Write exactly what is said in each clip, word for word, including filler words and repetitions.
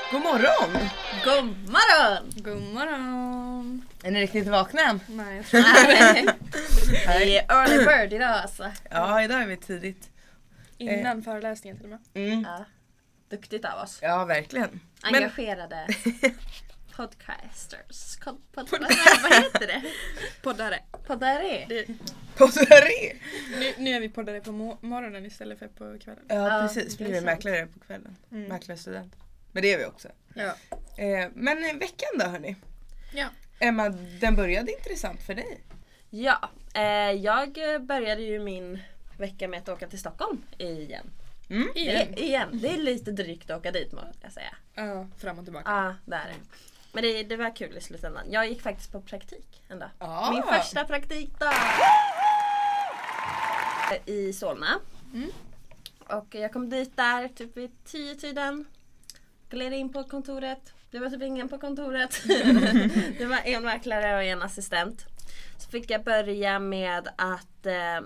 God morgon! God morgon! God morgon! Är ni riktigt vakna än? Nej, jag tror inte. Det är early bird idag alltså. Ja, idag är vi tidigt. Innan föreläsningen till och med. Mm. Ja. Duktigt av oss. Ja, verkligen. Men Engagerade podcasters. Pod, pod, vad, vad heter det? Poddare. Poddare. Det, poddare! nu, nu är vi poddare på mo- morgonen istället för på kvällen. Ja, Ja, precis. det Blir är vi sant. mäklare på kvällen. Mm. Mäklarstudent. Men det är vi också. Ja. Eh, men eh, veckan då, hörni? Ja. Emma, den började intressant för dig. Ja, eh, jag började ju min vecka med att åka till Stockholm igen. Mm. Igen. Det, igen. Det är lite drygt att åka dit måste jag säga. Ja, fram och tillbaka. Ja, det är det. Men det, det var kul i slutändan. Jag gick faktiskt på praktik en dag. Ah. Min första praktikdag. I Solna. Mm. Och jag kom dit där typ vid tio tiden. Gled in på kontoret. Det var typ ingen på kontoret. Det var en mäklare och en assistent. Så fick jag börja med att... Eh,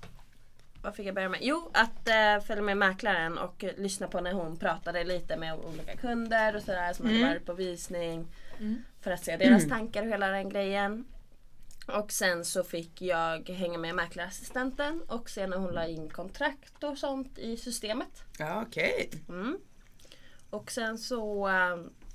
vad fick jag börja med? Jo, att eh, följa med mäklaren och eh, lyssna på när hon pratade lite med olika kunder och sådär som Mm. hade varit på visning. Mm. För att se deras tankar och hela den grejen. Och sen så fick jag hänga med mäklarassistenten och se när hon la in kontrakt och sånt i systemet. Ja, okej. Mm. Och sen så äh,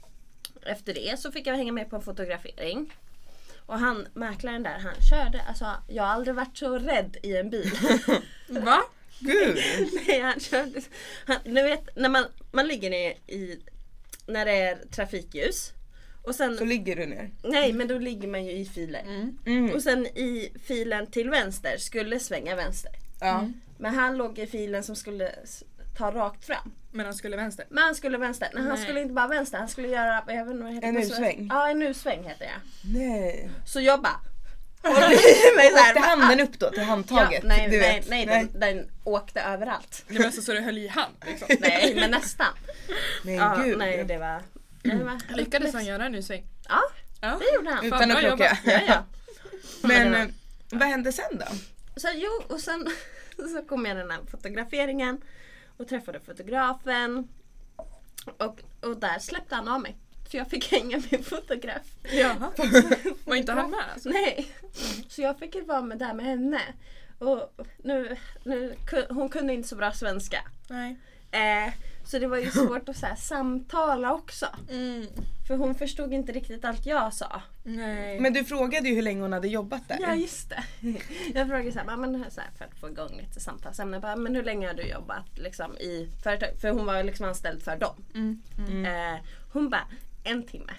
efter det så fick jag hänga med på en fotografering. Och han, mäklaren där, han körde, alltså jag har aldrig varit så rädd i en bil. Va? Gud! Nej, han körde, han, ni vet när man, man ligger ner i, när det är trafikljus. Och sen, Så ligger du ner. nej men då ligger man ju i filer. Mm. Mm. Och sen i filen till vänster skulle svänga vänster. Ja. Men han låg i filen som skulle s- ta rakt fram. Men han skulle vänster. Men han skulle vänster. Nej, han Nej. skulle inte bara vänster. Han skulle göra, jag vet inte vad det heter En på U-sväng? svenska. Ja, en U-sväng heter det. Nej. Så jag bara håller i mig så här. Åkte handen upp då till Ja, handtaget? nej, du nej, vet. nej, Den, den åkte överallt. Det var alltså så det höll i hand liksom. Nej, men nästan. Men Ja, gud. nej, det var... Det var Lyckades han göra en ny sväng? Ja, Ja. det gjorde han. Utan Fan, att bra plocka. jobbat. Ja, ja. Men det var- eh, vad hände sen då? Så jo, och sen så kom jag den här fotograferingen och träffade fotografen. Och, och där släppte han av mig. Så jag fick hänga med fotograf. Jaha. Var inte han med? Alltså? Nej. Så jag fick ju vara med där med henne. Och nu, nu, ku- hon kunde inte så bra svenska. Nej. Eh, så det var ju svårt att så här, samtala också. Mm. För hon förstod inte riktigt allt jag sa. Nej. Men du frågade ju hur länge hon hade jobbat där. Ja, just det. Jag frågade så här, men, så här för att få igång lite samtalsämne. Bara, men hur länge har du jobbat liksom, i företag? För hon var liksom anställd för dem. Mm. Mm. Eh, hon bara, en timme.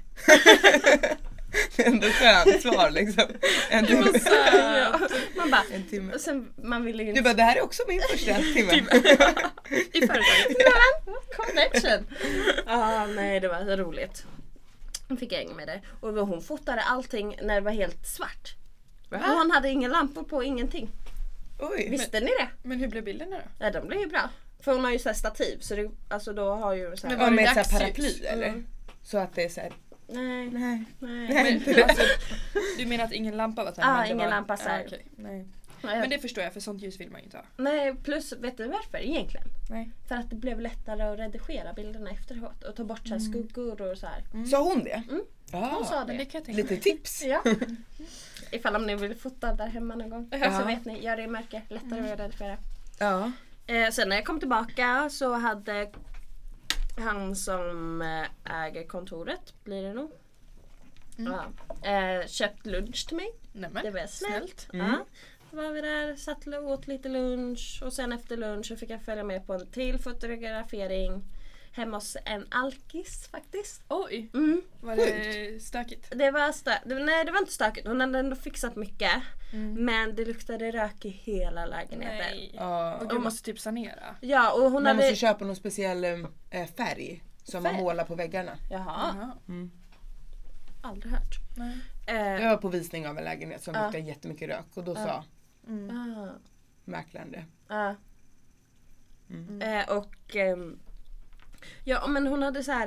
Ändå skönt svar liksom. En timme. Ja. Man bara, En timme. och sen, man ville ju Du inte... bara, det här är också min första timme. I företaget. Connection! Ah, nej, det var så roligt. Hon fick jag hänga med det. Och hon fotade allting när det var helt svart. Va? Och hon hade inga lampor på, ingenting. Oj. Visste ni det? Men hur blev bilderna då? Ja, de blev ju bra. För hon har ju så här stativ, så det, alltså då har ju så här... Men Ja, var det med ett så här dagsljus? paraply eller? Mm. Så att det är så här, Nej, nej. nej. Nej. Men, alltså, du menar att ingen lampa var tänd? Ah, men det ingen var... lampa så här. Ja, okej. nej. Nej, Men det förstår jag, för sånt ljus vill man ju inte ha. nej, plus vet du varför egentligen? Nej. För att det blev lättare att redigera bilderna efteråt och ta bort så här skuggor och så här. Sa hon det? Mm. Ja. Hon sa Men det det. kan jag tänka Lite mig. tips. Ja. Ifall om ni vill fota där hemma någon gång. Ja. Så vet ni, gör det i mörker. Lättare att redigera. Ja. Eh, sen när jag kom tillbaka så hade han som eh, äger kontoret, blir det nog, Mm. ja, eh, köpt lunch till mig. Nämen, Det var snällt. Mm. Ja. Så var vi där, satt och åt lite lunch och sen efter lunch så fick jag följa med på en till fotografering hemma hos en alkis faktiskt. Oj, Mm. var det stökigt? Det var stö- det, nej, det var inte stökigt. Hon hade ändå fixat mycket. Mm. Men det luktade rök i hela lägenheten. Nej. Ja. Och du måste typ sanera. Ja, och hon Man hade... måste köpa någon speciell eh, färg som man Färg? målar på väggarna. Jaha, Jaha. Mm. aldrig hört. Nej. Eh, Jag var på visning av en lägenhet som Ja. luktade jättemycket rök och då Ja. sa Mm. ah, mäklaren det. ah. Mm. Eh, och ehm, ja, men hon hade så här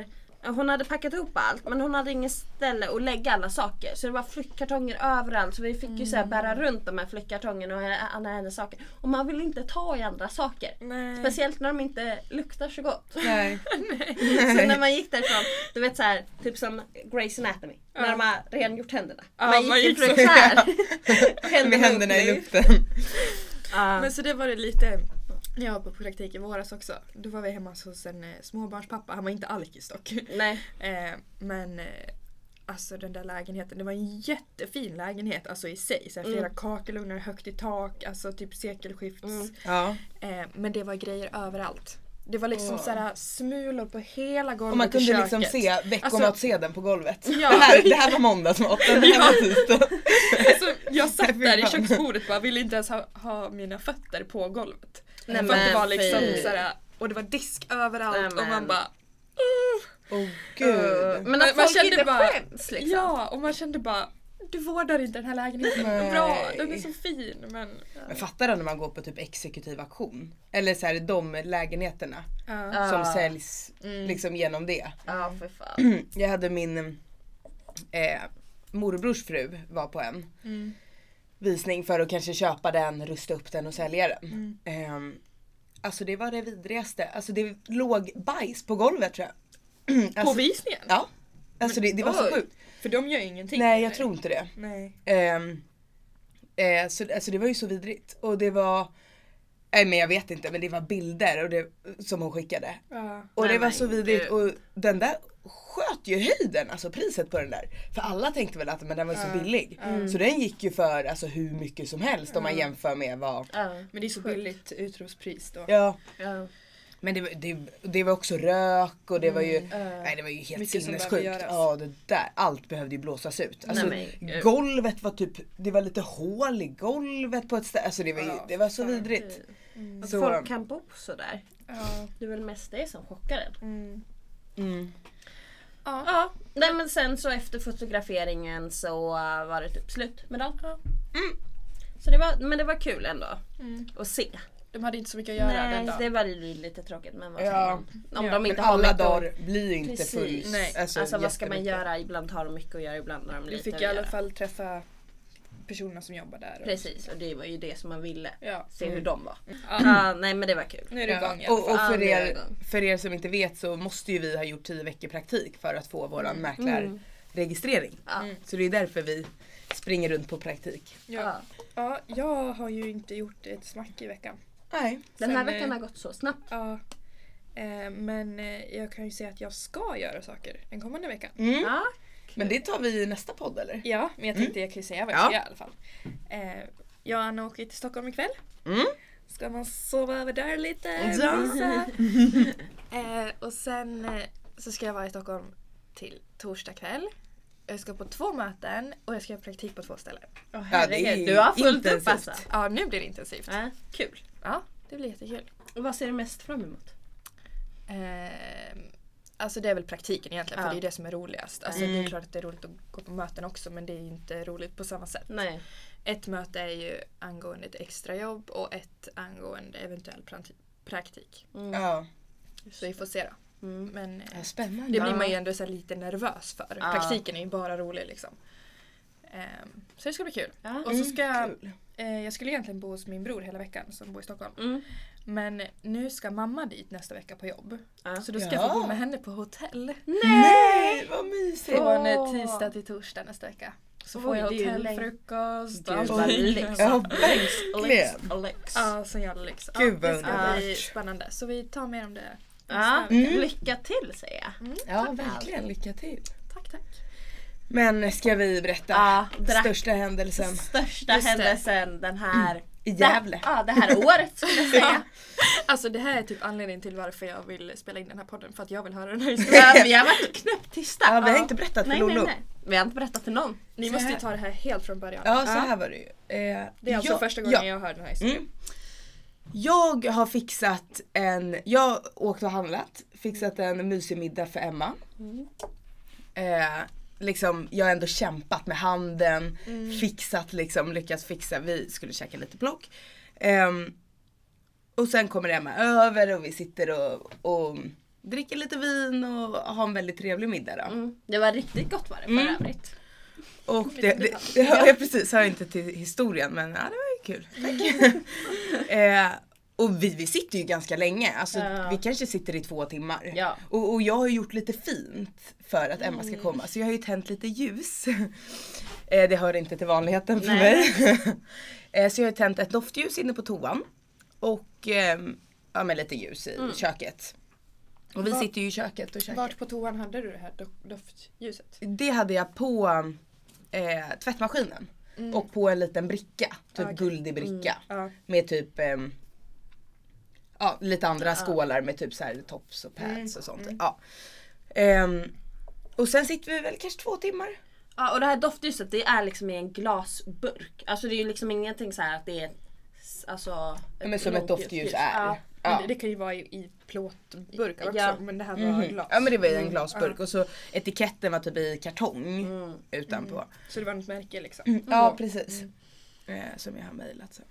hon hade packat ihop allt men hon hade ingen ställe att lägga alla saker. Så det var flyttkartonger överallt. Så vi fick ju så här bära runt de här flyttkartongerna och alla hennes saker. Och man vill inte ta i andra saker. Nej. Speciellt när de inte luktar så gott. Nej. Så när man gick därifrån, du vet så här, typ som Grey's Anatomy. Ja. När de har rengjort händerna. Ja, man gick man ju gick så så. här. Med händerna i luften. Ja. Men så det var det lite, när jag var på praktik i våras också. Då var vi hemma hos en eh, småbarnspappa. Han var inte alkis dock. Nej. Eh, men eh, alltså den där lägenheten, det var en jättefin lägenhet alltså i sig. Så här, flera Mm. kakelugnar högt i tak, alltså typ sekelskifts. Mm. Ja. Eh, men det var grejer överallt. Det var liksom Åh. så här smulor på hela golvet Och man i kunde köket. liksom se veckomatsedeln på golvet. Ja. Det, här, det här var måndagsmaten, det här var tisdag. Alltså, jag satt Fy där i fan. köksbordet och bara ville inte ens ha, ha mina fötter på golvet. Nej, För att det men var liksom fy. så här, och det var disk överallt Nej, och men. man bara Åh oh, gud. Men Man- att man folk kände inte bara- skäms liksom. ja, och man kände bara du vårdar inte den här lägenheten. Nej. Bra, den är så fin men Men fattar du när man går på typ exekutiv auktion? Eller så här de lägenheterna ja. Ja. som säljs Mm. liksom genom det. Ja, för fan. Jag hade min eh, morbrors fru var på en Mm. visning för att kanske köpa den, rusta upp den och sälja den. Mm. Ehm, alltså det var det vidrigaste. Alltså det låg bajs på golvet tror jag. På Alltså, visningen? ja. Alltså det, det var så Oj. sjukt. För de gör ju ingenting. Nej jag tror inte det. Nej. Ehm, eh, så, alltså det var ju så vidrigt. Och det var, nej men jag vet inte, men det var bilder och det, som hon skickade. Ja. Och Nej, det var men så vidrigt gud. och den där sköt ju höjden, alltså priset på den där. För alla tänkte väl att men den var så Ja. billig. Mm. Så den gick ju för alltså, hur mycket som helst om man Ja. jämför med vad. Ja. Men det är så Sjukt. billigt utropspris då. Ja, Ja. men det, var- det, det var också rök och det var ju, Mm. nej det var ju helt Mycket som behöver sinnessjukt. göras. Ja det där, allt behövde ju blåsas ut. Alltså Nej, men gud. golvet var typ, det var lite hål i golvet på ett ställe. Alltså det var, ju, Ja, det var så fan. vidrigt. Mm. Att Så- folk kan bo sådär. Ja. Det är väl mest det som chockar en. Mm. Mm. Ja. Ja, nej, men sen så efter fotograferingen så uh, var det typ slut med dagen. Mm. Så det var, men det var kul ändå Mm. att se. De hade inte så mycket att göra den Nej, dagen. det var ju lite tråkigt men vad ska Ja. man, om Ja, de Men inte har alla mycket dagar att, blir ju inte Precis. full. Nej. alltså, vad ska man jättemycket. göra? Ibland har de mycket att göra, ibland har de Vi lite fick att i alla göra. fall träffa personerna som jobbar där. och- Precis, och det var ju det som man ville. Ja. Se hur de var. Ja. Ja, nej men det var kul. Nu är det Ja. igång i alla Och, och fall. för, Ja, det är er, igång. för er som inte vet så måste ju vi ha gjort tio veckor praktik för att få våran mäklarregistrering. Ja. Mm. Så det är därför vi springer runt på praktik. Ja. Ja. Ja, jag har ju inte gjort ett smack i veckan. Nej. Den här Sen, veckan eh, har gått så snabbt. Ja. Eh, men eh, jag kan ju säga att jag ska göra saker den kommande veckan. Mm. Ja. Men det tar vi i nästa podd eller? Ja, men jag tänkte jag kan ju säga vad jag Ja. ska göra i alla fall. Eh, jag och Anna åker till Stockholm ikväll. Mm. Ska man sova över där lite? Ja. mysa. eh, och sen eh, så ska jag vara i Stockholm till torsdag kväll. Jag ska på två möten och jag ska göra praktik på två ställen. Oh, Ja, det herregud, är du har fullt upp intensivt. alltså. Ja, nu blir det intensivt. Ja, kul. Ja, det blir jättekul. Och vad ser du mest fram emot? Eh, alltså det är väl praktiken egentligen, Ja. för det är det som är roligast. Alltså Mm. det är klart att det är roligt att gå på möten också, men det är inte roligt på samma sätt. Nej. Ett möte är ju angående ett extrajobb och ett angående eventuell pra- praktik. Mm. Ja. Så vi får se då. Mm. Men eh, Ja, spännande. det blir Ja. man ju ändå så här lite nervös för. Ja. Praktiken är ju bara rolig liksom. Ehm, så det ska bli kul. Ja. Och så ska jag, Mm, kul. eh, jag skulle egentligen bo hos min bror hela veckan som bor i Stockholm. Mm. Men nu ska mamma dit nästa vecka på jobb. Ja. Så då ska jag Ja. få bo med henne på hotell. Nej, vad mysigt. Från eh, Åh. tisdag till torsdag nästa vecka. Så Oj, får jag det är ju hotellfrukost. Gud, allt. vad lyx. Ja, verkligen. Alex. Ja, så jävla lyx. Ja, Gud, vad det ska bli underbart. spännande. Så vi tar mer om det Ja, nästa vecka. Mm. lycka till säger jag. Mm. Ja, verkligen. Lycka till. Tack, tack. Men ska vi berätta Ja, berätta. största händelsen Största Just det. händelsen den här... i Gävle? Ja, det här året skulle jag säga. Alltså det här är typ anledningen till varför jag vill spela in den här podden. För att jag vill höra den här historien. Ja, vi har varit knäpptysta. Ja, vi har Ja. inte berättat för Nej, nej, Lollo. nej. Vi har inte berättat för någon. Ni Så måste ju här. ta det här helt från början. Ja, så Ja. här var det ju. Eh, Det är alltså jag, första gången ja. jag hör den här historien. Mm. Jag har fixat en, jag åkt och handlat, fixat en mysig middag för Emma. Mm. Eh, liksom, jag har ändå kämpat med handen, Mm. fixat liksom, lyckats fixa, vi skulle käka lite plock. Ehm, och sen kommer Emma över och vi sitter och, och dricka lite vin och ha en väldigt trevlig middag då. Mm. Det var riktigt gott var det för Mm. övrigt. Och det, det, det hör jag precis, hör inte till historien, men ja, det var ju kul. Tack. eh, och vi, vi sitter ju ganska länge, alltså Ja. vi kanske sitter i två timmar. Ja. Och, och jag har gjort lite fint för att Emma ska komma, så jag har ju tänt lite ljus. eh, det hör inte till vanligheten för Nej. mig. eh, så jag har tänt ett doftljus inne på toan. Och eh, ja, med lite ljus i Mm. köket. Och vi Var- sitter ju i köket och käkar. Vart på toan hade du det här do- doftljuset? Det hade jag på eh, tvättmaskinen. Mm. Och på en liten bricka. Typ Okej. guldig bricka. Ja. Med typ ehm, ja, lite andra Ja. skålar med typ så här tops och pads Mm. och sånt. Mm. Ja. Ehm, och sen sitter vi väl kanske två timmar. Ja, och det här doftljuset det är liksom i en glasburk. Alltså det är ju liksom ingenting så här att det är s- alltså Men som ett doftljus är. Ja. Men Ja. det, det kan ju vara i, i plåtburkar också, Ja. men det här var Mhm. glas. Ja men det var i en Mm. glasburk Ja. och så etiketten var typ i kartong Mm. utanpå. Så det var något märke liksom. Mm. Ja Mm. precis. Eh, som jag har mejlat så.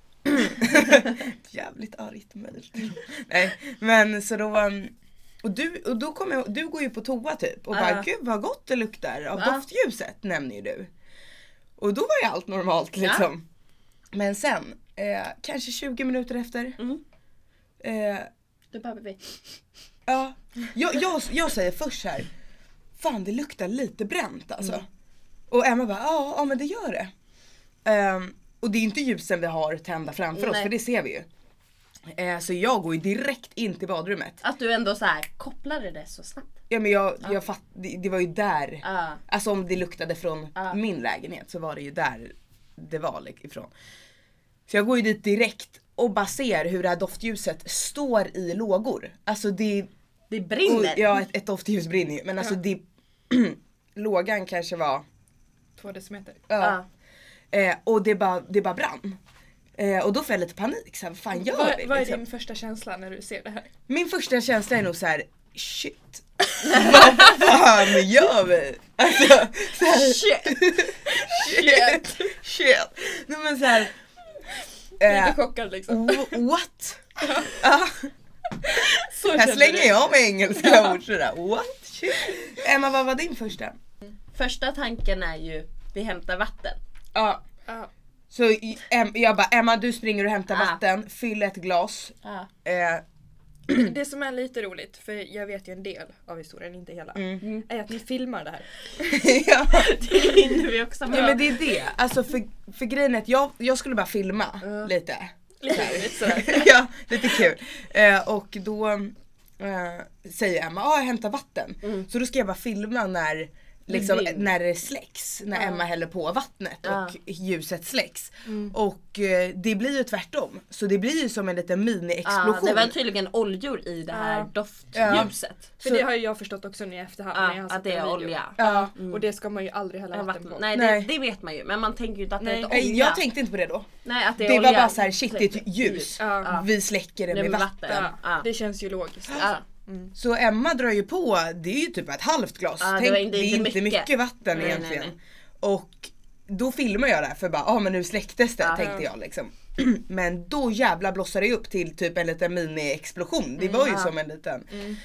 Jävligt argt mejl. Nej men så då um, och du, och då kommer jag, du går ju på toa typ och Ja. bara gud vad gott det luktar av Ja. doftljuset nämner ju du. Och då var ju allt normalt liksom. Men sen, eh, kanske tjugo minuter efter. Mm. Eh, Då behöver vi. ja, jag, jag, jag säger först här. Fan det luktar lite bränt alltså. Mm. Och Emma bara ja, ja men det gör det. Ehm, och det är inte ljusen vi har tända framför oss Nej. för det ser vi ju. Eh, så jag går ju direkt in till badrummet. Att du ändå så här kopplade det så snabbt. Ja men jag, Ja. jag fatt, det, det var ju där. Ja. Alltså om det luktade från Ja. min lägenhet så var det ju där det var like, ifrån. Så jag går ju dit direkt och bara ser hur det här doftljuset står i lågor. Alltså det Det och, brinner. ja ett, ett doftljus brinner ju men alltså Ja. det lågan kanske var Två decimeter. ja, Ja. eh, och det bara, det bara brann. Eh, och då får jag lite panik, så här, vad fan gör Vad, vi? vad är liksom? din första känsla när du ser det här? Min första känsla är nog så här: shit. Vad fan gör vi? Alltså, så här, Shit. shit. Shit. Nej men så här, Lite eh, chockad liksom. w- what? Ja, Så här kände slänger du. jag med engelska ord sådär. What? Shit. Emma, vad var din första? Första tanken är ju vi hämtar vatten. Ja, Ja. så i- em, jag bara Emma du springer och hämtar Ah. vatten, fyll ett glas. Ja. Eh, Det som är lite roligt, för jag vet ju en del av historien, inte hela, mm. är att ni filmar det här. ja. Det hinner vi också med. Nej men det är det, alltså för, för grejen är att jag, jag skulle bara filma Ja. lite. Lite roligt sådär. Ja, lite kul. Eh, och då eh, säger Emma, ja ah, jag hämtar vatten. Mm. Så då ska jag bara filma när, liksom, Vind. när det släcks, när Ja. Emma häller på vattnet Ja. och ljuset släcks. Mm. Och eh, det blir ju tvärtom. Så det blir ju som en liten Ja, mini-explosion. det var tydligen oljor i det här Ja. doftljuset. För Så- det har ju jag förstått också nu i efterhand. när jag Ja, har att sett det är en video. olja. Ja. Mm. Och det ska man ju aldrig hälla Ja, vatten vatten. på. Nej, Nej. Det, det vet man ju. Men man tänker ju inte att det är Nej. ett Nej, olja. jag tänkte inte på det då. Nej, att det är Det olja. var bara så här, shit det är ett ljus. Ja. Ja. Vi släcker det Det med med vatten. vatten. Ja, Ja. det känns ju logiskt. Ja. Mm. Så Emma drar ju på, det är ju typ ett halvt glas. Ja, det Tänk, var det, inte- är inte inte mycket, mycket. vatten Nej, egentligen. nej, nej. Och då filmar jag det här för bara, ja ah, men nu släcktes det Ja. tänkte jag liksom. Men då jävla blossar det upp till typ en liten mini-explosion. Det var ju ja. som en liten. Mm.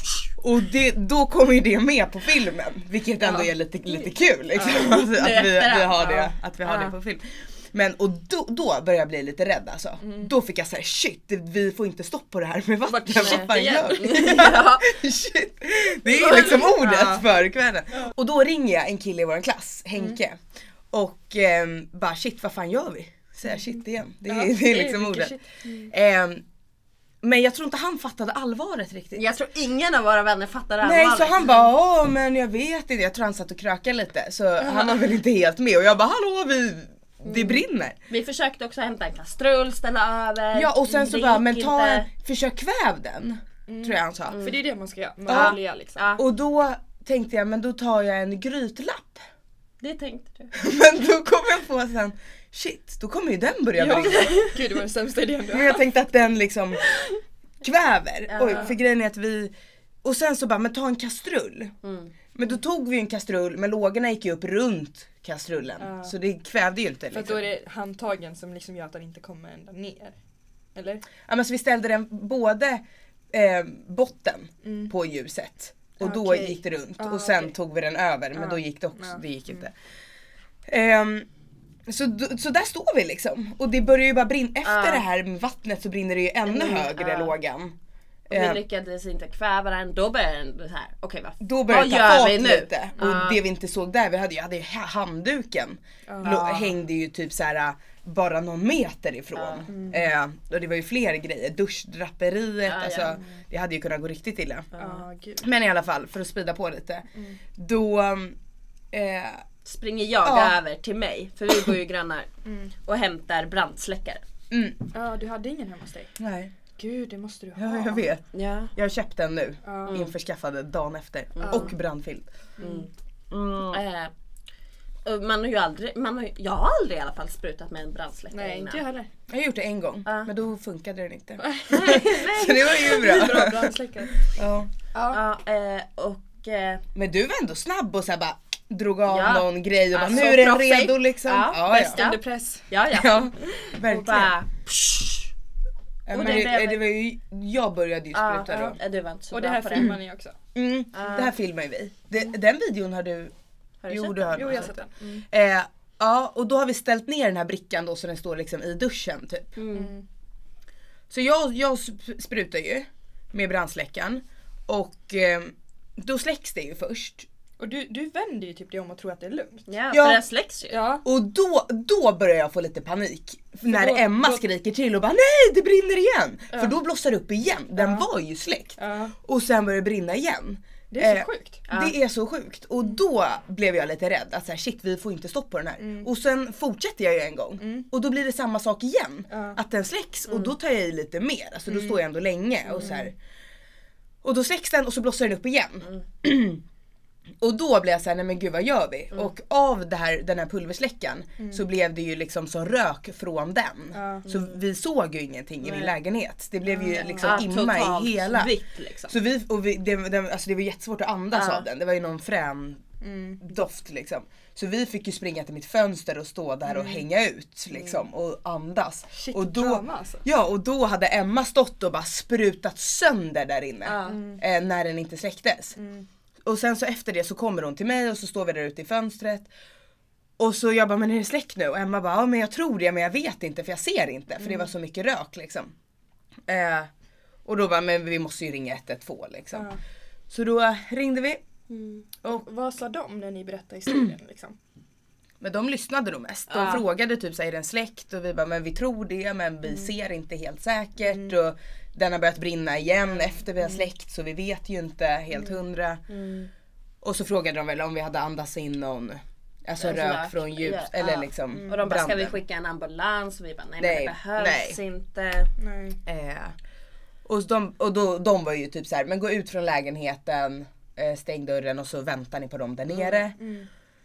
Och det, då kommer ju det med på filmen. Vilket ändå Ja. är lite, lite kul liksom. Ja. Alltså, att, vi, efterhand. vi har det, Ja. att vi har Ja. det på film. Men och då, då började jag bli lite rädd alltså. Mm. Då fick jag säga shit vi får inte stopp på det här med vatten. Vart Vad shit fan igen? gör vi? Ja. Shit. Det är liksom ordet Ja. för kvällen. Och då ringer jag en kille i vår klass, Henke. Och ehm, bara shit vad fan gör vi? Säger jag shit igen. Det, är- Ja, det är liksom mycket ordet. shit. Mm. Ehm, men jag tror inte han fattade allvaret riktigt. Jag tror ingen av våra vänner fattar det här. Nej så allvaret. han bara åh men jag vet inte. Jag tror han satt och krökade lite. Så han var väl inte helt med. Och jag bara hallå vi, det brinner. Vi försökte också hämta en kastrull, ställa över. Ja och sen så Det bara gick men ta en, inte. försök kväv den. Mm. Tror jag han sa. För det är det man ska göra, med Ja. olja liksom. Ja, Och då tänkte jag men då tar jag en grytlapp. det tänkte du. Men då kom jag på sen, shit, då kommer ju den börja Ja. brinna. Gud det var den sämsta idén du Men jag tänkte att den liksom kväver. Ja. Oj, för grejen är att vi, och sen så bara, men ta en kastrull. Mm. Men då tog vi en kastrull, men lågorna gick ju upp runt kastrullen. Ja. Så det kvävde ju inte För att då är liksom. det handtagen som liksom gör att den inte kommer ända ner. Eller? Ja, men så vi ställde den både eh, botten Mm. på ljuset. Och då Okej. gick det runt. Ah, och sen okej. tog vi den över. Men Ah. då gick det också. Ja. Det gick inte. Ehm, så, d- så där står vi liksom. Och det börjar ju bara brinna. Efter Ah. det här med vattnet så brinner det ju ännu Mm, högre ah. lågan. Och vi Ehm, lyckades inte kväva den, då började den så här. okej va? Då började Vad det ta gör fart vi nu? lite. Och Ah. det vi inte såg där, vi hade ju hade ju ha- handduken. Ja. Lå- hängde ju typ så här bara någon meter ifrån. Mm. Eh, och det var ju fler grejer. Duschdraperiet, Ja, alltså ja. det hade ju kunnat gå riktigt illa. Ja, gud. Men i alla fall, för att sprida på lite. Mm. Då eh, Springer jag Ja. över till mig, för vi bor ju grannar. Mm. Och hämtar brandsläckare. mm, Ja, du hade ingen hemma hos dig? nej, Gud, det måste du ha. ja, jag vet. Ja. Jag har köpt den nu. Ja. Införskaffade dagen efter. Mm. Och brandfilt. Mm. Mm. Eh, och man har ju aldrig, man har, ju- jag har aldrig i alla fall sprutat med en brandsläckare Nej, inte jag innan. heller. Jag har gjort det en gång, Ja. men då funkade den inte. Nej, Så det var ju bra. Bra brandsläckare. Ja. Ja. Ja, eh, och eh, Men du var ändå snabb och så här bara drog av Ja. någon grej och bara, Alltså, nu är den proffsig. redo liksom. Ja, Ja, Bäst ja. under press. ja ja. Ja, och verkligen. bara, psh, Ja, och men det det, blev- det var ju, jag började ju ja, spruta då. ja, du var inte så Och det bra här på filmar ni också. Mm, Ja. det här filmar ju vi. Det, den videon har du, Har du jo sett du den? har Jo, den. jag har sett den. Mm. Eh, ja, och då har vi ställt ner den här brickan då så den står liksom i duschen typ. Mm. Mm. Så jag, jag sp- sprutar ju med brandsläckaren och eh, då släcks det ju först. Och du, du vänder ju typ det om och tror att det är lugnt. Ja, Ja. för den släcks ju. Ja. Och då, då börjar jag få lite panik. När då- Emma då- skriker till och bara nej det brinner igen. Ja. För då blossar det upp igen. Den Ja. var ju släckt. Ja. Och sen börjar det brinna igen. Det är så Eh, sjukt. Ja. Det är så sjukt. Och då blev jag lite rädd. Att så här, shit vi får inte stopp på den här. Mm. Och sen fortsätter jag ju en gång. Mm. Och då blir det samma sak igen. Ja. Att den släcks. Och då tar jag i lite mer. Alltså då Mm. står jag ändå länge. Och, så här. Och då släcks den och så blossar den upp igen. Mm. Och då blev jag såhär, nej men gud vad gör vi? Mm. Och av det här, den här pulversläckaren så blev det ju liksom som rök från den. Ja. Så vi såg ju ingenting i min Nej. lägenhet. Det blev ju liksom Ja, imma totalt i hela. vitt liksom. Så vi, och vi, det, det, alltså det var jättesvårt att andas Ja. av den. Det var ju någon frän Mm. doft liksom. Så vi fick ju springa till mitt fönster och stå där och hänga ut liksom och andas. Shit, och då, drama alltså. ja och då hade Emma stått och bara sprutat sönder där inne. Ja. Mm. Eh, när den inte släcktes. Mm. Och sen så efter det så kommer hon till mig och så står vi där ute i fönstret. Och så jag bara, men är det släckt nu? Och Emma bara, ja men jag tror det men jag vet inte för jag ser inte. För det var så mycket rök liksom. Eh, och då bara, men vi måste ju ringa ett ett två liksom. Ja. Så då ringde vi. Mm. Och vad sa de när ni berättade historien liksom? Men de lyssnade nog mest. De Ja. frågade typ så här, är den släckt? Och vi bara, men vi tror det men vi ser inte helt säkert. Mm. Och den har börjat brinna igen efter vi har släckt så vi vet ju inte helt hundra. Mm. Och så frågade de väl om vi hade andats in någon alltså Alltså rök rök. från ljus Ja. eller Ja. liksom Och de bara, ska vi branden. skicka en ambulans? Och vi bara, nej, Nej, men det behövs nej. inte. Nej. Eh, och de, och då, de var ju typ så här, men gå ut från lägenheten, eh, stäng dörren och så väntar ni på dem där nere. Mm.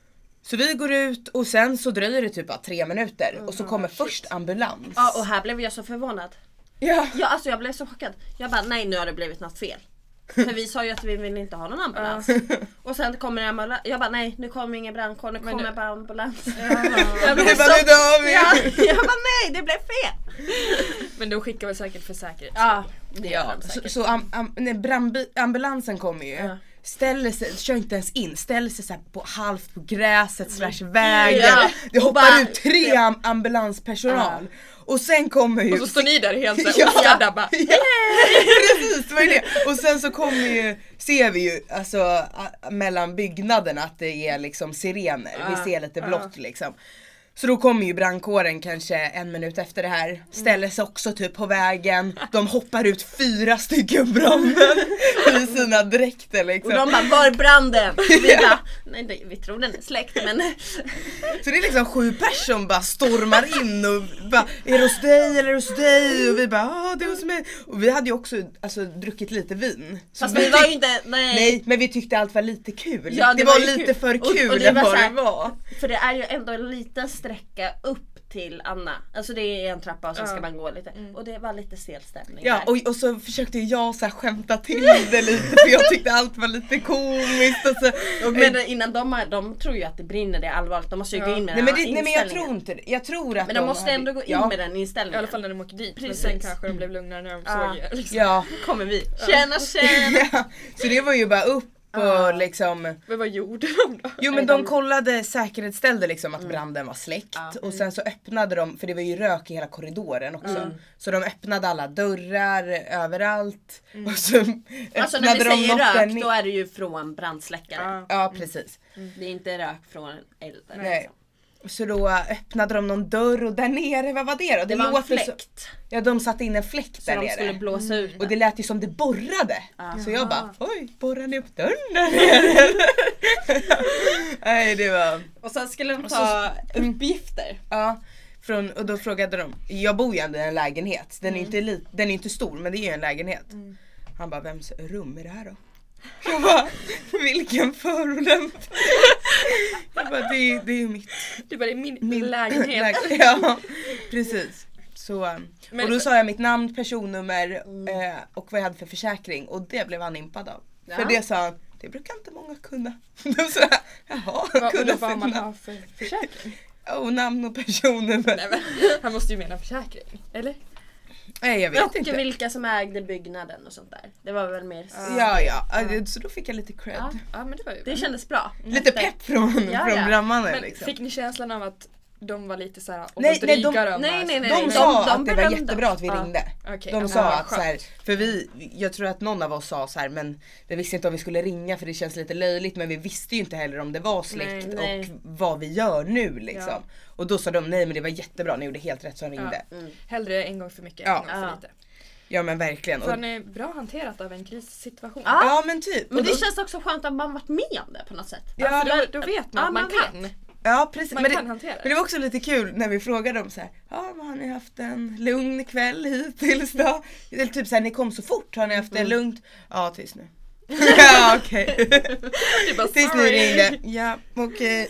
Så vi går ut och sen så dröjer det typ bara tre minuter och så Mm, kommer shit. först ambulans. Ja, och här blev jag så förvånad. Ja. Ja, alltså jag blev så chockad. Jag bara, nej nu har det blivit något fel. För vi sa ju att vi vill inte ha någon ambulans. Och sen kommer det ambulans. Jag bara, nej nu kommer ingen brandkår, nu Men kommer det- bara ambulans. Ja. Jag blev Det så... var nu dör vi. Ja, jag bara, nej det blev fel. Men de skickar väl säkert för säkerhet. Ja, det gör Ja, de så, säkert. så am, am, nej, brandbi- ambulansen kommer ju. Ja. Ställer sig, kör inte ens in, ställer sig så här på halvt på gräset slash vägen. Ja. Det Och hoppar bara- ut tre am- ambulanspersonal. Och sen kommer ju... Och så står ni där helt såhär Ja. oskadda bara. Ja, precis, det var ju det. Och sen så kommer ju, ser vi ju alltså a- mellan byggnaderna att det är liksom sirener. Ja. Vi ser lite Ja. blått liksom. Så då kommer ju brandkåren kanske en minut efter det här. Ställer sig också typ på vägen. De hoppar ut fyra stycken brandmän i sina dräkter liksom. Och de bara, var är branden? Och vi bara, nej det- vi tror den är släckt men Så det är liksom sju personer som bara stormar in och bara, är det hos dig eller hos dig? Och vi bara, ja det är hos mig. Och vi hade ju också alltså, druckit lite vin. Så fast vi var ju inte, nej. Nej, men vi tyckte allt var lite kul. Ja, det, det var, var ju lite kul. för Och- kul och det än var vad så här- det var. För det är ju ändå en liten sträcka upp till Anna. Alltså det är en trappa och så Ja. ska man gå lite. Mm. Och det var lite stel stämning Ja, där. och, och så försökte jag så här skämta till det lite för jag tyckte allt var lite komiskt och så. Och men innan de, har- de tror ju att det brinner, det är allvarligt. De måste ju Ja. gå in med Nej den men, här det, nej men jag inställningen. tror inte det. Jag tror att Men de måste hade- ändå gå in ja. med den I inställningen. alla fall när de åker dit. Men Precis. sen kanske de blev lugnare när de Ja. såg er. Liksom. Ja. Kommer vi. Tjena tjena! Ja, så det var ju bara upp och Ja. liksom. Men vad gjorde de då? Jo men de kollade, säkerhetsställde liksom att branden var släckt Ja. och sen så öppnade de, för det var ju rök i hela korridoren också. Mm. Så de öppnade alla dörrar överallt och så Alltså när öppnade vi de säger något där rök ni- då är det ju från brandsläckare. Ja. Ja precis. Det är inte rök från elden. Nej. Så då öppnade de någon dörr och där nere, vad var det då? Det var en låter så- fläkt. Ja de satte in en fläkt Så där de nere. skulle blåsa ut Och den. det lät ju som det borrade. Ja. Så jag bara, oj, borrar ni upp dörren där nere? Nej det var, Och sen skulle de Och ta så- uppgifter. ja. Från, och då frågade de, jag bor ju ändå i en lägenhet. Den är Mm. inte li, den är inte stor men det är ju en lägenhet. Han bara, vems rum är det här då? Jag bara, vilken förolämpning. Jag bara, det, är- det är ju mitt. Det var i min, min lägenhet. läge- Ja, precis. Så, um, Men- och då sa jag mitt namn, personnummer Mm. eh, och vad jag hade för försäkring och det blev han impad av. Ja. För det sa han, det brukar inte många kunna. Då sa jag, jaha, Vad kunna undrar vad man för har för försäkring? och namn och personnummer. Nej, men, han måste ju mena försäkring, eller? Nej jag vet Och inte. vilka som ägde byggnaden och sånt där. Det var väl mer så. Ja ja, ja. Så då fick jag lite cred. Ja. Ja men det var ju Det kändes bra. Lite pepp från, Ja, från ja. brandmannen Men liksom. fick ni känslan av att de var lite såhär och Nej, var nej, de- dryga de nej, här- nej, nej, De nej. sa de- de att det var berömde jättebra att vi oss. ringde. Okej, De ja, sa vad att så här, skönt. för vi, jag tror att någon av oss sa så här, men vi visste inte om vi skulle ringa för det känns lite löjligt, men vi visste ju inte heller om det var släkt Nej, nej. och vad vi gör nu liksom. Ja. Och då sa de nej men det var jättebra, ni gjorde helt rätt som ringde. Ja, Mm. Hellre en gång för mycket än Ja. en gång för Ja. lite. men verkligen. För Och, han är bra hanterat av en krissituation. Ja. ja men typ. Men Och det då, känns också skönt att man varit med om det på något sätt. Ja, För Alltså, då, då vet man ja, att man, man kan. ja precis. Man Men kan det, hantera det. men det var också lite kul när vi frågade dem så här, ja men har ni haft en lugn kväll hittills då? Eller typ så här, ni kom så fort, har ni haft det lugnt? Ja tills nu. Ja okej. Det är bara, Tills ni sorry. ringde. Ja okej.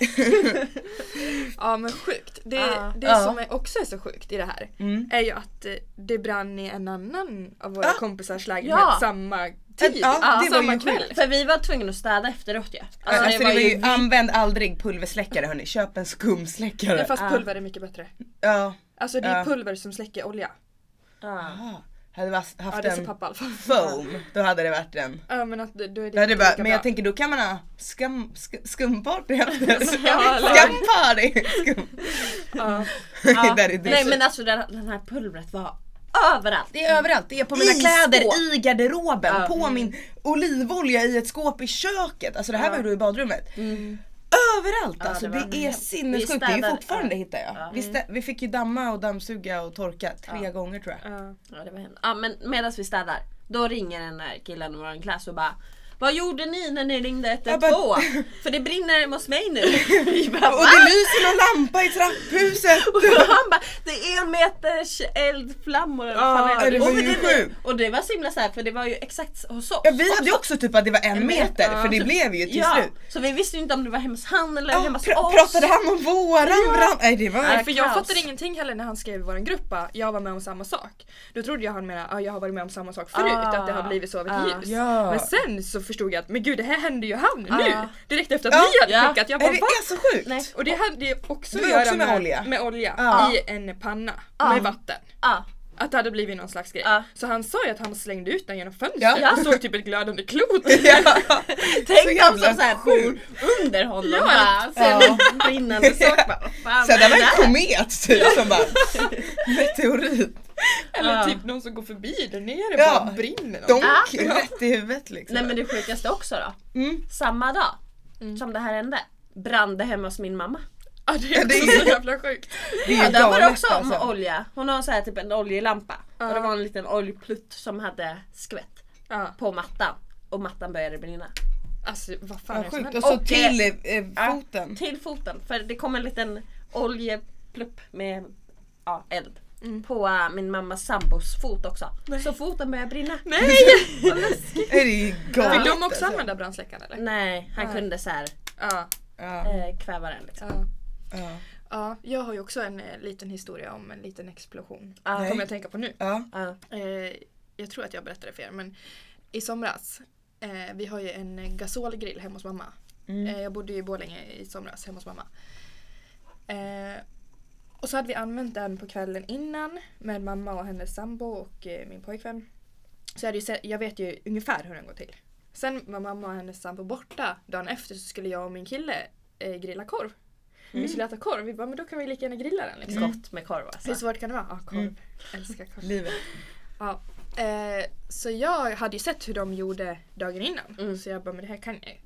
Ja men sjukt. Det, Ja. det Ja. som är också är så sjukt i det här Mm. är ju att eh, det brann i en annan av våra Ja. kompisars lägenhet Ja. samma tid. Ja, Ja, det var samma ju kväll. sjukt. För vi var tvungna att städa efteråt ju. Alltså, Alltså, det var ju, använd aldrig pulversläckare hörni, köp en skumsläckare. Men fast Ja. pulver är mycket bättre. Ja. Alltså det är Ja. pulver som släcker olja. Ja. Aha. Hade vi haft Ja det sa en pappa i alla fall. foam, då hade det varit en. Ja men att då är det, Då hade det bara, lika men jag bra. tänker då kan man ha skam, sk, skumparty efter. Ja, eller- Skamparty! Skum. Ja. Ja. Där är Nej men alltså den, den här pulvret var överallt. Det är överallt, det är på mina I kläder, skåp. i garderoben, Ja. på min olivolja i ett skåp i köket. Alltså det här Ja. var ju då i badrummet. Mm. Överallt Ja, alltså, det det, var är hemskt. sinnessjukt. Vi Det är ju städade- fortfarande ja. hittar jag. Ja. Vi, stä- vi fick ju damma och dammsuga och torka tre Ja. gånger tror jag. Ja. Ja, det var hemskt. Ja men medan vi städar, då ringer den där killen i vår klass och bara, vad gjorde ni när ni ringde ett ett två? För det brinner hemma hos mig nu. Vi bara, Och "Va?" det lyser någon lampa i trapphuset. Och han bara, det är en meters eldflammor eller vad fan Ja, är det var Och ju det- sjukt. Och det var så himla så här, för det var ju exakt hos oss. Ja, vi hade ju också typ att det var en En meter, meter, ja. för det blev ju till Ja, slut. så vi visste ju inte om det var hemma hos han eller Ja, hemma hos pr- oss. pratade han om våran Ja. brand? Nej det var... Nej, Ja, för jag kaos. fattade ingenting heller när han skrev i vår grupp att jag var med om samma sak. Då trodde jag han menade att jag har varit med om samma sak förut, Ah. att det har blivit så av ett Ah. ljus. Ja. Men sen så förstod jag att men gud det här hände ju han Ah. nu. Direkt efter att Ja. vi hade Ja. skickat. Jag Nej, bara det va? är så sjukt. Nej. Och det hade ju också Det att var göra också med med, olja. med olja Ja. i en panna Ja. med vatten. Ja. Att det hade blivit någon slags grej. Ja. Så han sa ju att han slängde ut den genom fönstret Ja. och såg typ ett glödande klot. Ja. Så Tänk jävla dem som såhär bor sjukt. under honom Ja. bara, Ja. sen brinnande sak bara, vad fan Så det är var en här? komet typ som bara meteorit. Eller Ja. typ någon som går förbi där nere Ja. bara brinner. Donk Ja. rätt i huvudet liksom. Nej men det sjukaste också då, Mm. samma dag Mm. som det här hände, brann det hemma hos min mamma. Ja, det Ja, är det också är- så jävla sjukt. Det är Ja, ju där var det galet också med alltså. olja. Hon har så här typ en oljelampa. Ja. Och det var en liten oljeplutt som hade skvätt Ja. på mattan. Och mattan började brinna. Alltså vad fan Ja, är det som sjukt. händer? Och så Och, till eh, Ja, foten. till foten. För det kom en liten oljeplupp med ja, eld. Mm. På äh, min mammas sambos fot också. Så foten började brinna. Nej! Det är ju galet. Fick de också alltså. använda brandsläckaren eller? Nej, han Nej. kunde så här Ja. Ja, eh, kväva den liksom. ja. ja. Ja, jag har ju också en eh, liten historia om en liten explosion. Ah. Kommer jag att tänka på nu. Ja. Ah. Eh, jag tror att jag berättade för er, men i somras, eh, vi har ju en gasolgrill hemma hos mamma. Mm. Eh, jag bodde ju i Borlänge i somras hemma hos mamma. Eh, och så hade vi använt den på kvällen innan med mamma och hennes sambo och eh, min pojkvän. Så jag, hade ju sett, jag vet ju ungefär hur den går till. Sen var mamma och hennes sambo borta. Dagen efter så skulle jag och min kille eh, grilla korv. Mm. Vi skulle äta korv. Vi bara, men då kan vi lika gärna grilla den. Liksom. Gott med korv alltså. Hur svårt kan det vara? Ja, korv. Mm. Älskar korv. Livet. Ja. Eh, så jag hade ju sett hur de gjorde dagen innan. Mm. Så jag bara, men det här kan jag ju.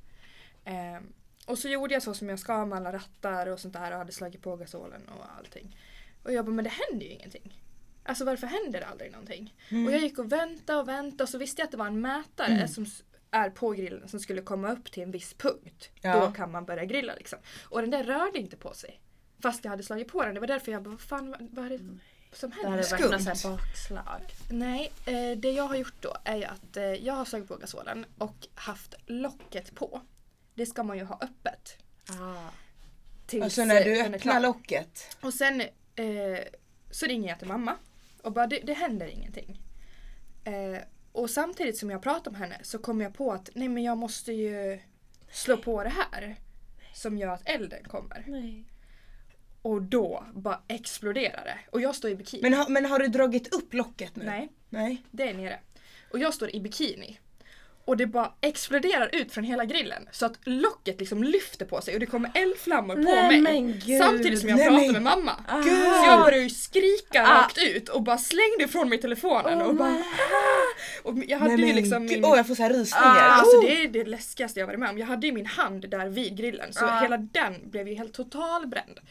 Eh, och så gjorde jag så som jag ska med alla rattar och sånt där. Och hade slagit på gasolen och allting. Och jag bara, men det händer ju ingenting. Alltså varför händer det aldrig någonting? Mm. Och jag gick och väntade och väntade. Och så visste jag att det var en mätare Mm. som s- är på grillen som skulle komma upp till en viss punkt. Ja. Då kan man börja grilla liksom. Och den där rörde inte på sig. Fast jag hade slagit på den. Det var därför jag bara, vad fan, vad, vad är det som Det här händer? är verkligen Skumt. så här bakslag. Nej, eh, det jag har gjort då är ju att eh, jag har slagit på gasolen och haft locket på. Det ska man ju ha öppet. Ah. Tills, Alltså när eh, du den är öppnar klar. locket. Och sen eh, så ringer jag till mamma och bara, det, det händer ingenting. Eh, och samtidigt som jag pratar med henne så kommer jag på att nej men jag måste ju slå på det här som gör att elden kommer. Nej. Och då bara exploderar det. Och jag står i bikini. Men, ha, men har du dragit upp locket nu? Nej, Nej. det är nere. Och jag står i bikini. Och det bara exploderar ut från hela grillen. Så att locket liksom lyfter på sig och det kommer eldflammor på Nej, mig. men gud. Samtidigt som jag Nej, pratar men med mamma. Ah. Gud. Så jag började ju skrika Ah. rakt ut och bara slängde ifrån mig telefonen. Oh och bara my. "Ah!" Och jag hade Nej, ju men liksom gud. min... Åh, jag får så här rysningar. Ah, alltså Oh. det är det läskigaste jag varit med om. Jag hade ju min hand där vid grillen. Så Ah. hela den blev ju helt totalbränd.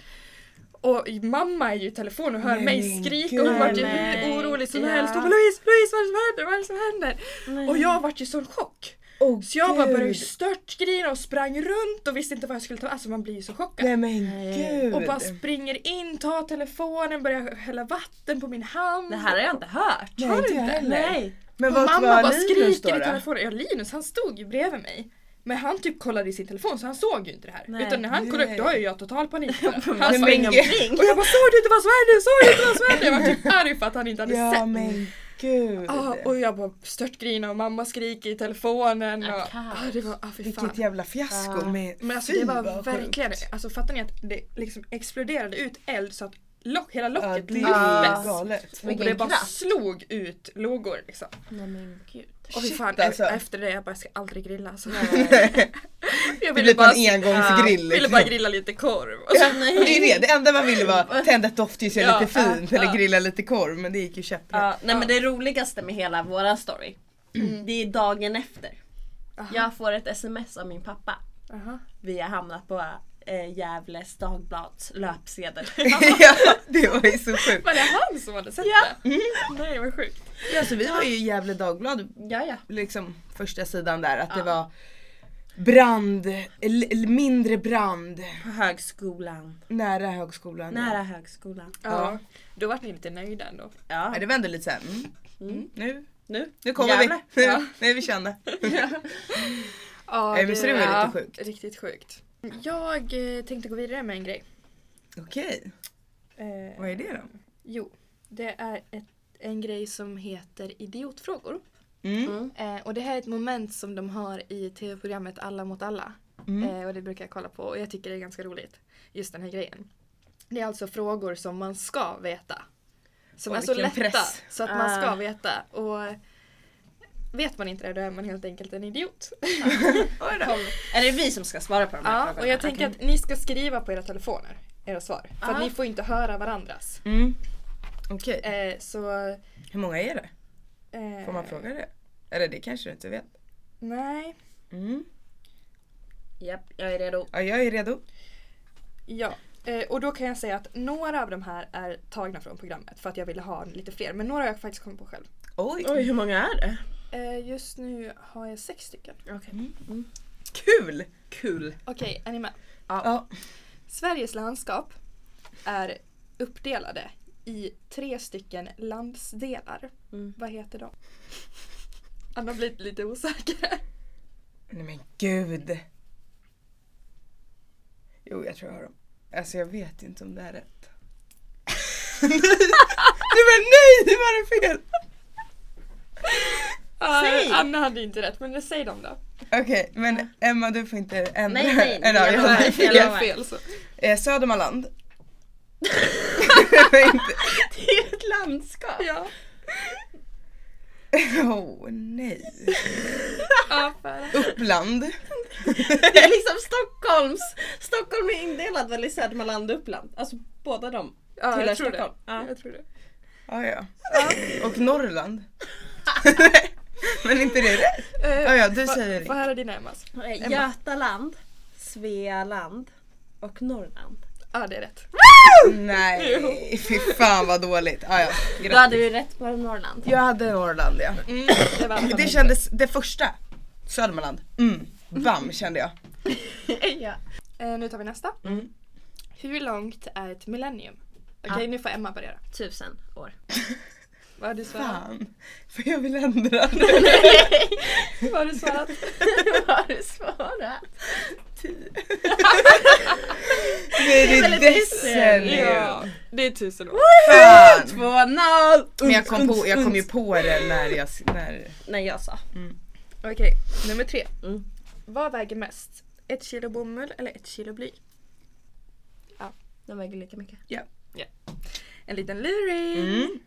Och mamma är ju i telefon och hör Nej, mig men skrika och hon gud. vart ju Nej, orolig som ja. helst. Och bara, Louise, Louise, vad är det som händer? Vad är det som händer? Nej. Och jag vart ju sån chock. Oh, Så jag bara Gud. började störtgrina och sprang runt och visste inte vad jag skulle ta. Alltså man blir ju så chockad. Nej men Nej. gud. Och bara springer in, tar telefonen, börjar hälla vatten på min hand. Det här har jag inte hört. Nej, Har du inte jag inte? heller. Nej. Men Och vad mamma var bara Linus skriker då, i då? telefonen. Ja, Linus han stod ju bredvid mig. Men han typ kollade i sin telefon så han såg ju inte det här. Nej. Utan när han kollade upp Nej. då har ju jag total panik. Bara. Han Men springer gud. omkring. Och jag bara såg du inte vad som hände? Såg du inte vad som hände? Jag var typ arg för att han inte hade Ja sett. men gud. Ah, och jag bara störtgrina och mamma skriker i telefonen. Och, Okej. ah, det var, ah, fy fan. Vilket jävla fiasko Ja. med Men alltså fy, det var vad verkligen, sjukt. alltså fattar ni att det liksom exploderade ut eld så att lock, hela Ja, locket det lyftes. är galet. Och Vilken det bara kraft. slog ut lågor liksom. Nej men gud. Och fy Shit, fan, alltså. e- efter det jag bara ska aldrig grilla. Så. Det jag blir bara en engångsgrill. ville liksom. bara grilla lite korv. Och så, Ja, det är det. Det enda man ville var tända ett doftljus och göra Ja, lite fint ja, eller ja. grilla lite korv, men det gick ju käpprätt. Ja, nej men det roligaste med hela våran story, det är dagen efter. Aha. Jag får ett sms av min pappa. Aha. Vi har hamnat på eh, Gävles Dagblads löpsedel. Ja, det var ju så sjukt. Var det han som hade sett Ja. det? Nej vad sjukt. Ja, så vi har ju Gävle Dagblad, Ja, ja. liksom första sidan där, att det Ja. var brand, l- mindre brand På högskolan. nära högskolan. Nära högskolan. Ja. Ja. Då var ni lite nöjda ändå. Ja. Ja, det var ändå lite såhär, mm, Mm. nu, Nu. nu kommer Gävle. vi. Ja. Nu är vi kända. Ja, Nej, men så det var ja, lite sjukt. Riktigt sjukt. Jag eh, tänkte gå vidare med en grej. Okej, Eh, vad är det då? Jo, det är ett, en grej som heter idiotfrågor. Mm. Mm. Eh, och det här är ett moment som de har i tv-programmet Alla mot alla. Mm. Eh, och det brukar jag kolla på och jag tycker det är ganska roligt. Just den här grejen. Det är alltså frågor som man ska veta. Som Oj, är så vilken lätta press. så att man ska Ah. veta. Och vet man inte det då är man helt enkelt en idiot. Oj då. Är det vi som ska svara på de här Ja, frågorna? och jag tänker att ni ska skriva på era telefoner. Era svar. För Ah. att ni får inte höra varandras. Mm. Okej, Eh, så... hur många är det? Eh, Får man fråga det? Eller det kanske du inte vet. Nej. Mm. Japp, jag är redo. Ja, jag är redo. Ja, eh, och då kan jag säga att några av de här är tagna från programmet för att jag ville ha lite fler. Men några har jag faktiskt kommit på själv. Oj, Oj, hur många är det? Eh, just nu har jag sex stycken. Okej. Mm. Kul! Kul. Okej, är ni med? Ja. Sveriges landskap är uppdelade i tre stycken landsdelar. Mm. Vad heter de? Anna blir lite osäker. Nej men gud. Jo, jag tror jag har dem. Alltså jag vet inte om det är rätt. Du var nej, det var det fel. Ah, Säg. Anna hade inte rätt, men säg dem då. Okej, okay, men Emma du får inte ändra. Nej, nej, nej, Eller, jag jag lovar. hade Jag fel. lovar. fel så. Eh, Södermanland. Det är ett landskap. Ja. Åh oh, nej. Ja, för. Uppland. Det är liksom Stockholms. Stockholm är indelad väl i Södermanland och Uppland. Alltså båda de Ja, tillhör jag tror Stockholm. det. Ja. Jag tror det. Ah, ja. Och Norrland. Men inte det rätt? Eh, Ah, ja, du fa- säger Vad här är din Emmas? Eh, Götaland, Svealand och Norrland. Ja, det är rätt. Nej, fy fan vad dåligt. Ah, ja. Då hade du rätt på Norrland. Jag hade Norrland, ja. Mm, det, var Det kändes, det första. Södermanland. Mm. Bam kände jag. Ja. Eh, nu tar vi nästa. Mm. Hur långt är ett millennium? Okej, Ja. nu får Emma börja. Tusen år. Vad har du svarat? Fan. För jag vill ändra. Vad har du svarat? Vad har du svarat? Det är det väldigt decennium. Ja, det är tusen år. Fan. Två noll! Men jag kom, på, jag kom ju på det när jag... När, När jag sa. Okej, nummer tre. Mm. Vad väger mest? Ett kilo bomull eller ett kilo bly? De väger lika mycket. ja. En liten luring. Mm.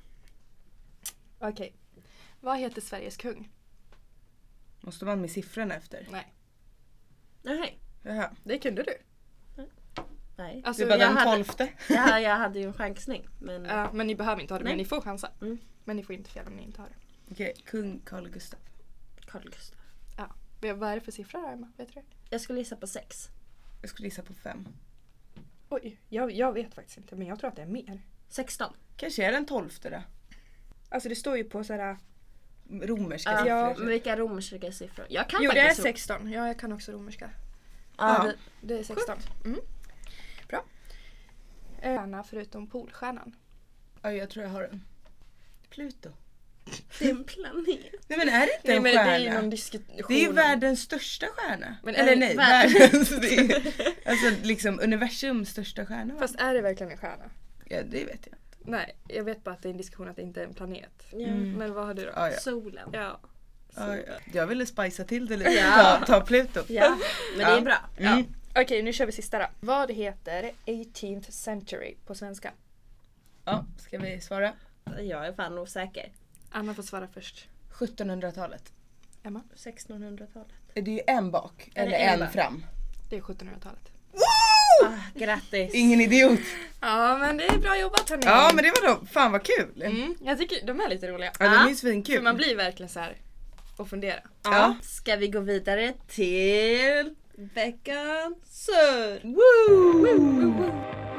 Okej. Vad heter Sveriges kung? Måste man med siffrorna efter? Nej, Nej. Jaha. det kunde du. Nej. Alltså, Det var jag den hade- tolfte. Ja, jag hade ju en chansning. Men Ja, men ni behöver inte ha det, Nej. men ni får chansa. Mm. Men ni får inte fel om ni inte har det. Okej, kung Carl Gustaf. Carl Gustaf. Vad vad är det för siffror här, Emma? Vet du det? Jag skulle gissa på sex. Jag skulle gissa på fem. Oj, jag, jag vet faktiskt inte, men jag tror att det är mer. sexton. Kanske är den tolfte då. Alltså det står ju på sådär... Romerska Ja, siffror. men vilka romerska siffror? Jag kan Jo, det är faktiskt ro- sexton. Ja, jag kan också romerska. Ja, Ja. det- Det är sexton. Mm. Bra. Eh, Stjärna förutom Polstjärnan. Ja, jag tror jag har den. Pluto. Det är en planet. Nej men är det inte Nej, en men stjärna? det är ju någon diskussion. Det är ju världens största stjärna. Men Eller är- nej, vär- världens. Det är, alltså liksom universums största stjärna. va? Fast är det verkligen en stjärna? Ja, det vet jag. Nej, jag vet bara att det är en diskussion att det inte är en planet. Ja. Mm. Men vad har du då? Ja, ja. Solen. Ja. Ja, ja. Jag ville spicea till det lite. Ja. Ta, ta Pluto. Ja, men det är Ja. bra. Mm. Okej, nu kör vi sista då. Vad heter eighteenth century på svenska? Ja, ska vi svara? Jag är fan osäker. Anna får svara först. sjuttonhundratalet. Emma? sextonhundratalet. Är det ju en bak Är det eller en en bak? fram? Det är sjuttonhundratalet. Ah, grattis. Ingen idiot. Ja, men det är bra jobbat hörni. Ja, men det var då, fan vad kul. Mm, jag tycker de är lite roliga. Ja, de Ja. är ju svinkul. För man blir verkligen så här och fundera. Ja. Ska vi gå vidare till veckans surr? Woo!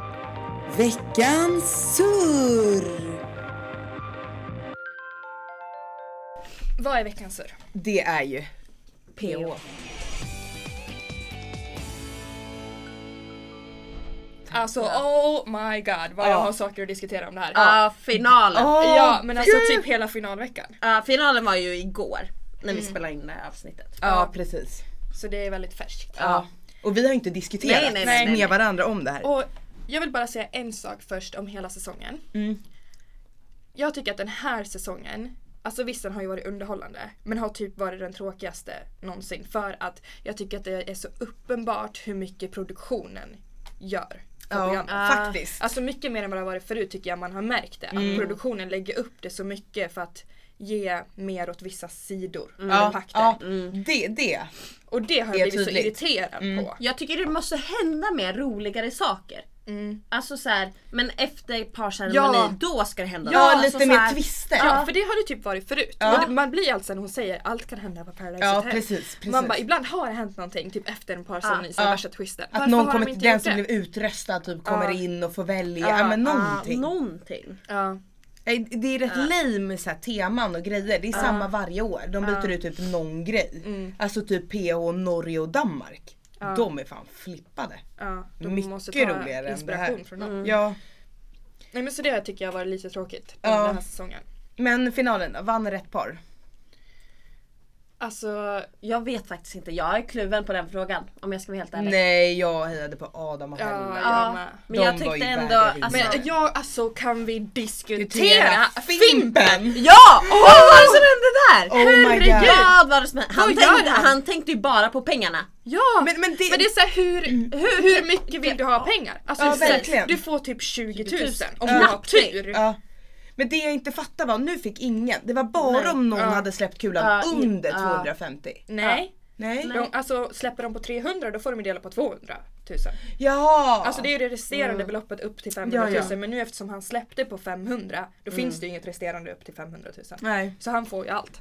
Veckans surr. Vad är veckans surr? Det är ju P H. Alltså oh my god vad Ja. jag har saker att diskutera om det här. Ja, finalen. Åh, Ja, men alltså gud. typ hela finalveckan. Ja, finalen var ju igår när vi spelade in det här avsnittet. Ja, precis. Så det är väldigt färskt. Ja. Och vi har inte diskuterat Nej, nej, nej, med nej. varandra om det här. Och jag vill bara säga en sak först om hela säsongen. Mm. Jag tycker att den här säsongen, alltså visst den har ju varit underhållande, men har typ varit den tråkigaste någonsin. För att jag tycker att det är så uppenbart hur mycket produktionen gör för Ja, programmet. Ah. faktiskt. Alltså mycket mer än vad det har varit förut tycker jag man har märkt det. Mm. Att produktionen lägger upp det så mycket för att ge mer åt vissa sidor. Ja, Eller pakter. ja. Mm. Det, det. Och det har Det jag är blivit tydligt. så irriterad Mm. på. Jag tycker det måste hända mer roligare saker. Mm. Alltså så här, men efter parceremoni, Ja. då ska det hända Ja, något. lite Alltså, mer så här- twister. Ja, Ja. för det har det typ varit förut. Ja. Och det, man blir alltså när hon säger allt kan hända på Paradise Ja, Hotel. precis, precis. Man bara, ibland har det hänt någonting typ efter en parceremoni, Ja. så är Ja. värsta twisten. Att Varför någon har kommer, de inte den gjort som det? blev utröstad typ kommer Ja. in och får välja. Ja, Ja, men Ja, någonting. någonting. Ja. Nej, Det är rätt Ja. lame så här, teman och grejer. Det är samma varje år. De byter Ja. ut typ någon grej. Mm. Alltså typ P H, Norge och Danmark. Ja. De är fan flippade. Ja, de Mycket måste ta roligare än det inspiration här. från dem. Mm. Ja, Nej men så det tycker jag var lite tråkigt Ja. den här säsongen. men finalen då? Vann rätt par? Alltså, Jag vet faktiskt inte. Jag är kluven på den frågan. Om jag ska vara helt ärlig. Nej, jag hejade på Adam och ja, Hella. jag Ja, med. men De jag var tyckte ju ändå... värre Alltså, Men jag, alltså kan vi diskutera Diskutera Fimpen! ja! Vad var det som hände där? Oh my Herregud. god. Vad var det som hände? Han, Vad gör tänkte, han? han tänkte ju bara på pengarna. Ja, Men, men, men det, det är så här, hur, hur, hur mycket vill du ha pengar? Alltså, Ja, så här, verkligen. du får typ tjugo tusen om Ja. du har tur. ja. Men det jag inte fattar var, nu fick ingen. Det var bara Nej. om någon Ja. hade släppt kulan Ja, under ja. tvåhundrafemtio. Nej. Nej. De, alltså släpper de på trehundra då får de dela på tvåhundratusen. Jaha! Alltså det är ju det resterande Mm. beloppet upp till femhundratusen, Ja, ja. men nu eftersom han släppte på femhundra då Mm. finns det ju inget resterande upp till femhundratusen. Nej. Så han får ju allt.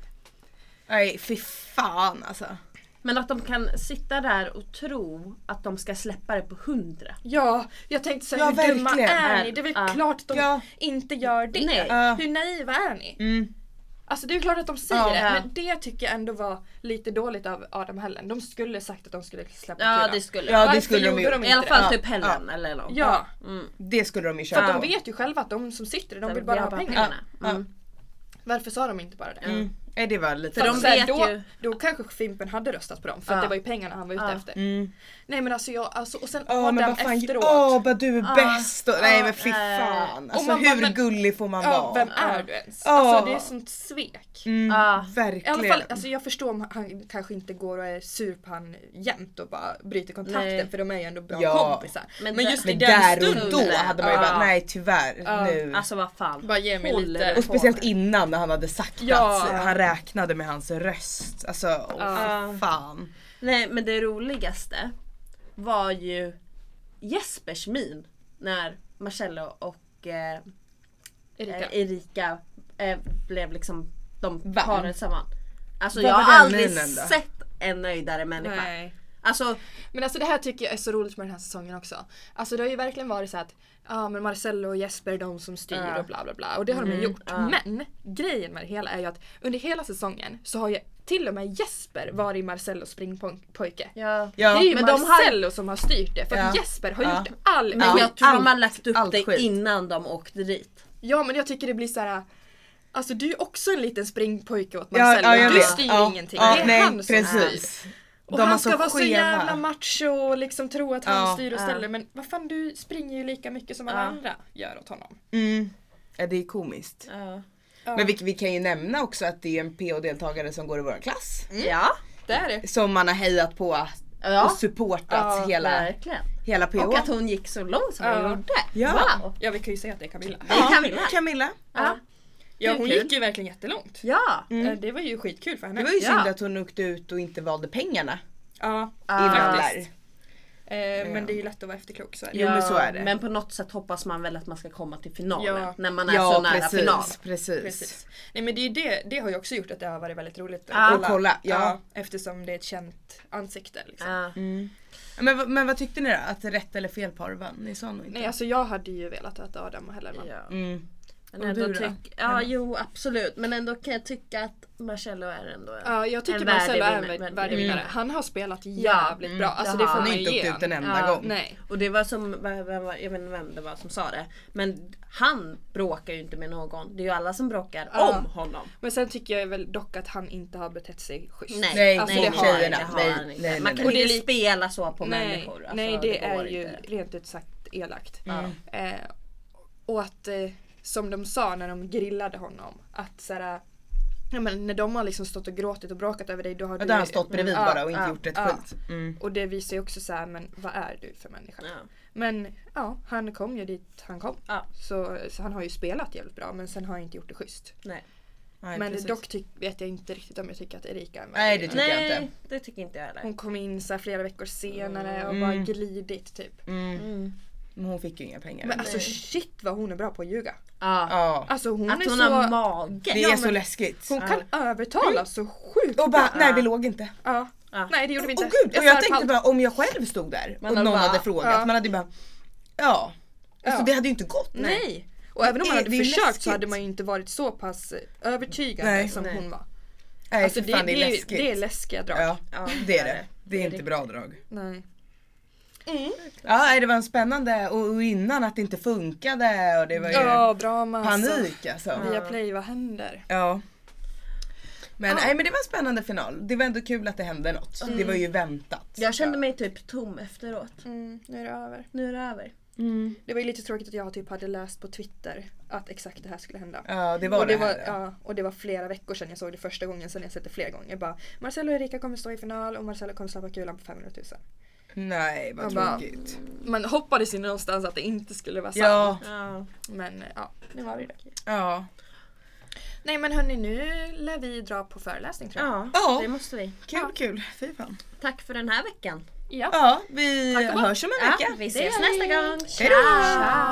Nej, fy fan alltså. Men att de kan sitta där och tro att de ska släppa det på hundra. Ja, jag tänkte så här, Ja, hur dumma verkligen. är ni? Det är väl Ja. klart att de Ja. inte gör det. Nej. Ja. Hur naiva är ni? Mm. Alltså det är klart att de säger Ja. det, Ja. men det tycker jag ändå var lite dåligt av Adam Hellen. De skulle sagt att de skulle släppa Ja, kulan. det skulle Ja, jag. det Varför skulle de gjorde ju. de I alla inte fall Ja. typ Helen eller något. Ja, Mm. Det skulle de ju för köra att på. de vet ju själva att de som sitter där, de Så vill vi bara har ha bara pengarna. pengarna. Mm. Varför sa de inte bara det? Mm. Nej, det var lite... För de Så här, vet då, ju- då kanske Fimpen hade röstat på dem, för Ja. att det var ju pengarna han var ute Ja. efter. Mm. Nej men alltså jag, alltså, och sen Ja, Adam men vad fan, efteråt. åh vad du är Ja. bäst och, nej Ja, men fy nej. fan. Och Alltså man bara, hur men- gullig får man Ja, vara? vem Ja. är du ens? Ja. Alltså det är sånt svek. Mm, Ja. I verkligen. alla fall, alltså jag förstår om han kanske inte går och är sur på han jämt och bara bryter kontakten, Nej. för de är ju ändå bra Ja. kompisar. Men Men, där- just i men den där och stunden. då hade man ju Ja. bara, nej tyvärr Ja. nu. Alltså vad fan. Bara ge mig Håller lite. det Och speciellt på? innan när han hade sagt Ja. att han räknade med hans röst. Alltså, åh Ja. fy fan. Nej men det roligaste var ju Jespers min när Marcello och eh, Erika. eh, Erika eh, blev liksom de Va? paret samman. Alltså Vad jag var har den aldrig minen då? sett en nöjdare människa. Nej. Alltså Men alltså det här tycker jag är så roligt med den här säsongen också. Alltså det har ju verkligen varit så att ja men Marcello och Jesper är de som styr Ja. och bla bla bla. Och det har de ju Mm, gjort. ja. Men grejen med det hela är ju att under hela säsongen så har ju till och med Jesper varit Marcellos springpojke. ja. Ja. Det är ju Men de har- Marcello som har styrt det. För att Ja. Jesper har Ja. gjort all Men Ja. jag tror de har Allt- lagt upp allt det skit. innan de åkte dit. Ja men jag tycker det blir så här. Alltså du är också en liten springpojke åt Ja, Marcello. ja, jag du styr styr ja, ingenting. Ja, det är nej, han som precis. styr. De Och har han så ska vara så skeva. jävla macho och liksom tro att han Ja. styr och Ja. ställer. Men vad fan, du springer ju lika mycket som alla Ja. andra gör åt honom. Mm. Ja, det är komiskt. Ja. Ja. Men vi, vi kan ju nämna också att det är en P O-deltagare som går i vår klass. Ja. Det är det. Som man har hejat på Ja. och supportat Ja, hela, Verkligen. hela P O. Och att hon gick så långt som hon Ja. gjorde. Ja. Wow. Ja, vi kan ju säga att det är Camilla. Det är Camilla. Camilla. Ja. Ja, Det är hon kul. gick ju verkligen jättelångt. Ja. Mm. Eh, Det var ju skitkul för henne. Det var ju Ja. synd att hon åkte ut och inte valde pengarna Ja, innan faktiskt. där. Eh, men det är ju lätt att vara efterklok, så är det. Jo, men så är det. Men på något sätt hoppas man väl att man ska komma till finalen. Ja. När man är Ja, så nära precis, final. precis. Precis. Nej men det, är ju det, det har ju också gjort att det har varit väldigt roligt att Ja. Och kolla, ja. eftersom det är ett känt ansikte. Liksom. Ja. Mm. Ja, Men, vad- men vad tyckte ni då? Att rätt eller fel par vann? Ni sa nog inte. Nej alltså jag hade ju velat att Adam och Helen vann. Ja. Mm. Men Och ändå du då? tyck, ja, jo absolut. Men ändå kan jag tycka att Marcello är ändå en... Ja, jag tycker En Marcello är värdig en värdig värdig vinnare. vinnare. Han har spelat jävligt Mm. bra. Alltså det det har får Han man har ju inte ge åkt ut en honom. enda Ja. gång. Nej. Och det var som, vem, vem, var- jag vet inte vem det var som sa det. Men han bråkar ju inte med någon. Det är ju alla som bråkar Ja. om honom. Men sen tycker jag väl dock att han inte har betett sig schysst. Nej, Nej, Alltså, nej, det det har har, tjejerna. det har Nej, han inte. nej, Man nej, kan nej. inte Och det är li- spela så på nej, människor. Alltså, nej det, är går ju inte. rent ut sagt elakt. Mm. Eh, och att eh, som de sa när de grillade honom, att såhär, ja, men när de har liksom stått och gråtit och bråkat över dig, då har Och du... där har han stått bredvid Ja, bara och inte ja, gjort ett ja. skit. Mm. Och det visar ju också så här, men vad är du för människa? Ja. Men ja, han kom ju dit han kom. Ja. Så, så han har ju spelat jävligt bra, men sen har han inte gjort det schysst. Nej. Nej, men precis. dock tyck, vet jag inte riktigt om jag tycker att Erika är en Nej, det vinnare. tycker jag Nej, inte. det tycker inte jag heller. Hon kom in så här flera veckor senare och Mm. bara glidit typ. Mm. Mm. Men hon fick ju inga pengar. Men alltså Nej. shit vad hon är bra på att ljuga. Ja. ja. Alltså hon Att är hon så... har mage. Det Ja, är så men- läskigt. Hon kan övertala så sjukt Och bara, bra. nej vi låg inte. Ja. Ja. Nej det gjorde vi Åh inte. gud, och jag svär på tänkte allt. bara om jag själv stod där Man och hade någon bara, hade frågat, ja. man hade ju bara, ja. Alltså Ja. det hade ju inte gått. Nej. Och även om Det man är- hade det är försökt läskigt. så hade man ju inte varit så pass övertygande Nej. som Nej. hon var. Nej, Alltså för det, fan, det är det, är, läskigt. det är läskiga drag. Ja, Ja, det är det det. är det. Det är Det är inte bra drag. Nej. Ja, nej, det var en spännande och och innan att det inte funkade och det var ju Ja, drama alltså. panik alltså. Via Play, vad händer? Ja. Men, Ja. nej, men det var en spännande final. Det var ändå kul att det hände något. Mm. Det var ju väntat. Jag kände mig typ tom efteråt. Mm, nu är det över. Nu är det över. Mm. Det var ju lite tråkigt att jag typ hade läst på Twitter att exakt det här skulle hända. Ja, det var och det, det här. var, ja, och det var flera veckor sedan jag såg det första gången, sen jag sett det flera gånger. Bara, Marcelo och Erika kommer stå i final och Marcelo kommer släppa kulan på femhundratusen. Nej, vad Jag bara, tråkigt. Man hoppades ju någonstans att det inte skulle vara sant. Ja, Ja. Men ja, nu var det det. ja. Nej men hörni, nu lär vi dra på föreläsning tror jag. Ja, Ja. det måste vi. Kul, Ja. kul. Fy fan. Tack för den här veckan. Ja. Ja, vi Tack och lov. hörs om en vecka. Ja, vi Det ses gör vi. nästa gång. Hej då! Ciao.